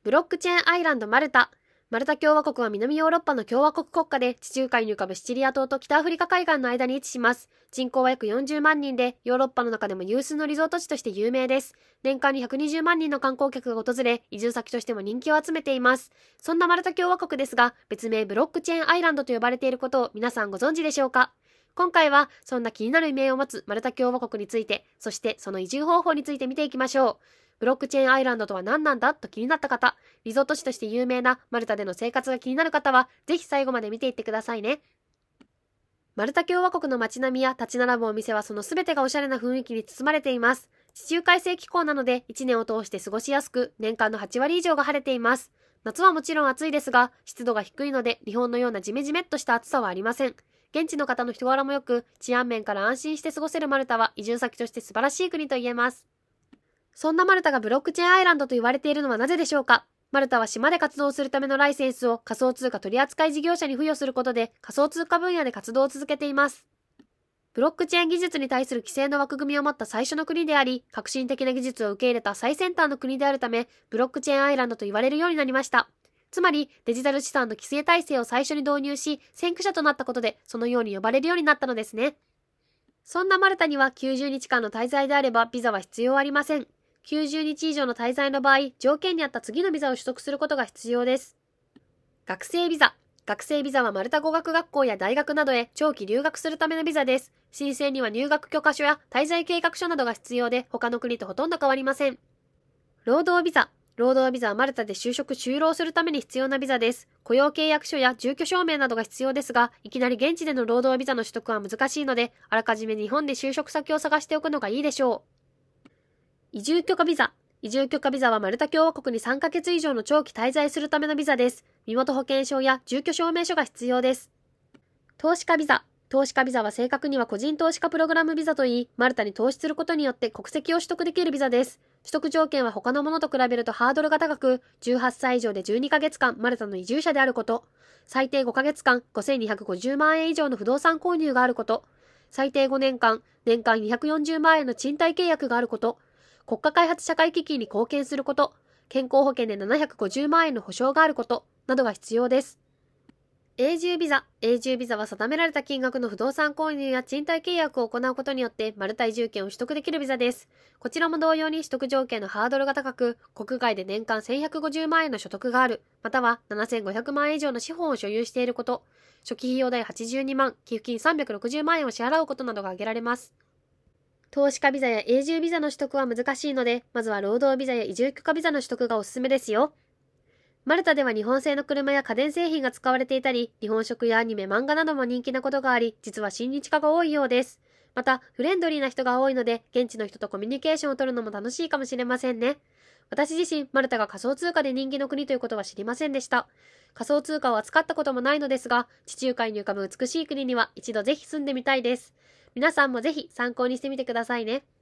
ブロックチェーンアイランドマルタ。マルタ共和国は南ヨーロッパの共和国国家で、地中海に浮かぶシチリア島と北アフリカ海岸の間に位置します。人口は約40万人で、ヨーロッパの中でも有数のリゾート地として有名です。年間に120万人の観光客が訪れ、移住先としても人気を集めています。そんなマルタ共和国ですが、別名ブロックチェーンアイランドと呼ばれていることを皆さんご存知でしょうか？今回はそんな気になる異名を持つマルタ共和国について、そしてその移住方法について見ていきましょう。ブロックチェーンアイランドとは何なんだと気になった方、リゾート地として有名なマルタでの生活が気になる方は、ぜひ最後まで見ていってくださいね。マルタ共和国の街並みや立ち並ぶお店はその全てがおしゃれな雰囲気に包まれています。地中海性気候なので1年を通して過ごしやすく、年間の8割以上が晴れています。夏はもちろん暑いですが、湿度が低いので日本のようなジメジメっとした暑さはありません。現地の方の人柄も良く、治安面から安心して過ごせるマルタは移住先として素晴らしい国と言えます。そんなマルタがブロックチェーンアイランドと言われているのはなぜでしょうか？マルタは島で活動するためのライセンスを仮想通貨取扱事業者に付与することで仮想通貨分野で活動を続けています。ブロックチェーン技術に対する規制の枠組みを持った最初の国であり、革新的な技術を受け入れた最先端の国であるため、ブロックチェーンアイランドと言われるようになりました。つまり、デジタル資産の規制体制を最初に導入し、先駆者となったことで、そのように呼ばれるようになったのですね。そんなマルタには90日間の滞在であればビザは必要ありません。90日以上の滞在の場合、条件に合った次のビザを取得することが必要です。学生ビザ。学生ビザはマルタ語学学校や大学などへ長期留学するためのビザです。申請には入学許可書や滞在計画書などが必要で、他の国とほとんど変わりません。労働ビザ。労働ビザはマルタで就労するために必要なビザです。雇用契約書や住居証明などが必要ですが、いきなり現地での労働ビザの取得は難しいので、あらかじめ日本で就職先を探しておくのがいいでしょう。移住許可ビザ。移住許可ビザはマルタ共和国に3ヶ月以上の長期滞在するためのビザです。身元保険証や住居証明書が必要です。投資家ビザ。投資家ビザは正確には個人投資家プログラムビザといい、マルタに投資することによって国籍を取得できるビザです。取得条件は他のものと比べるとハードルが高く、18歳以上で12ヶ月間マルタの移住者であること、最低5ヶ月間5250万円以上の不動産購入があること、最低5年間年間240万円の賃貸契約があること、国家開発社会基金に貢献すること、健康保険で750万円の保証があること、などが必要です。永住ビザ。永住ビザは定められた金額の不動産購入や賃貸契約を行うことによってマルタ移住権を取得できるビザです。こちらも同様に取得条件のハードルが高く、国外で年間1150万円の所得がある、または7500万円以上の資本を所有していること、初期費用代82万、寄付金360万円を支払うことなどが挙げられます。投資家ビザや永住ビザの取得は難しいので、まずは労働ビザや移住許可ビザの取得がおすすめですよ。マルタでは日本製の車や家電製品が使われていたり、日本食やアニメ、漫画なども人気なことがあり、実は親日家が多いようです。また、フレンドリーな人が多いので、現地の人とコミュニケーションを取るのも楽しいかもしれませんね。私自身、マルタが仮想通貨で人気の国ということは知りませんでした。仮想通貨を扱ったこともないのですが、地中海に浮かぶ美しい国には一度ぜひ住んでみたいです。皆さんもぜひ参考にしてみてくださいね。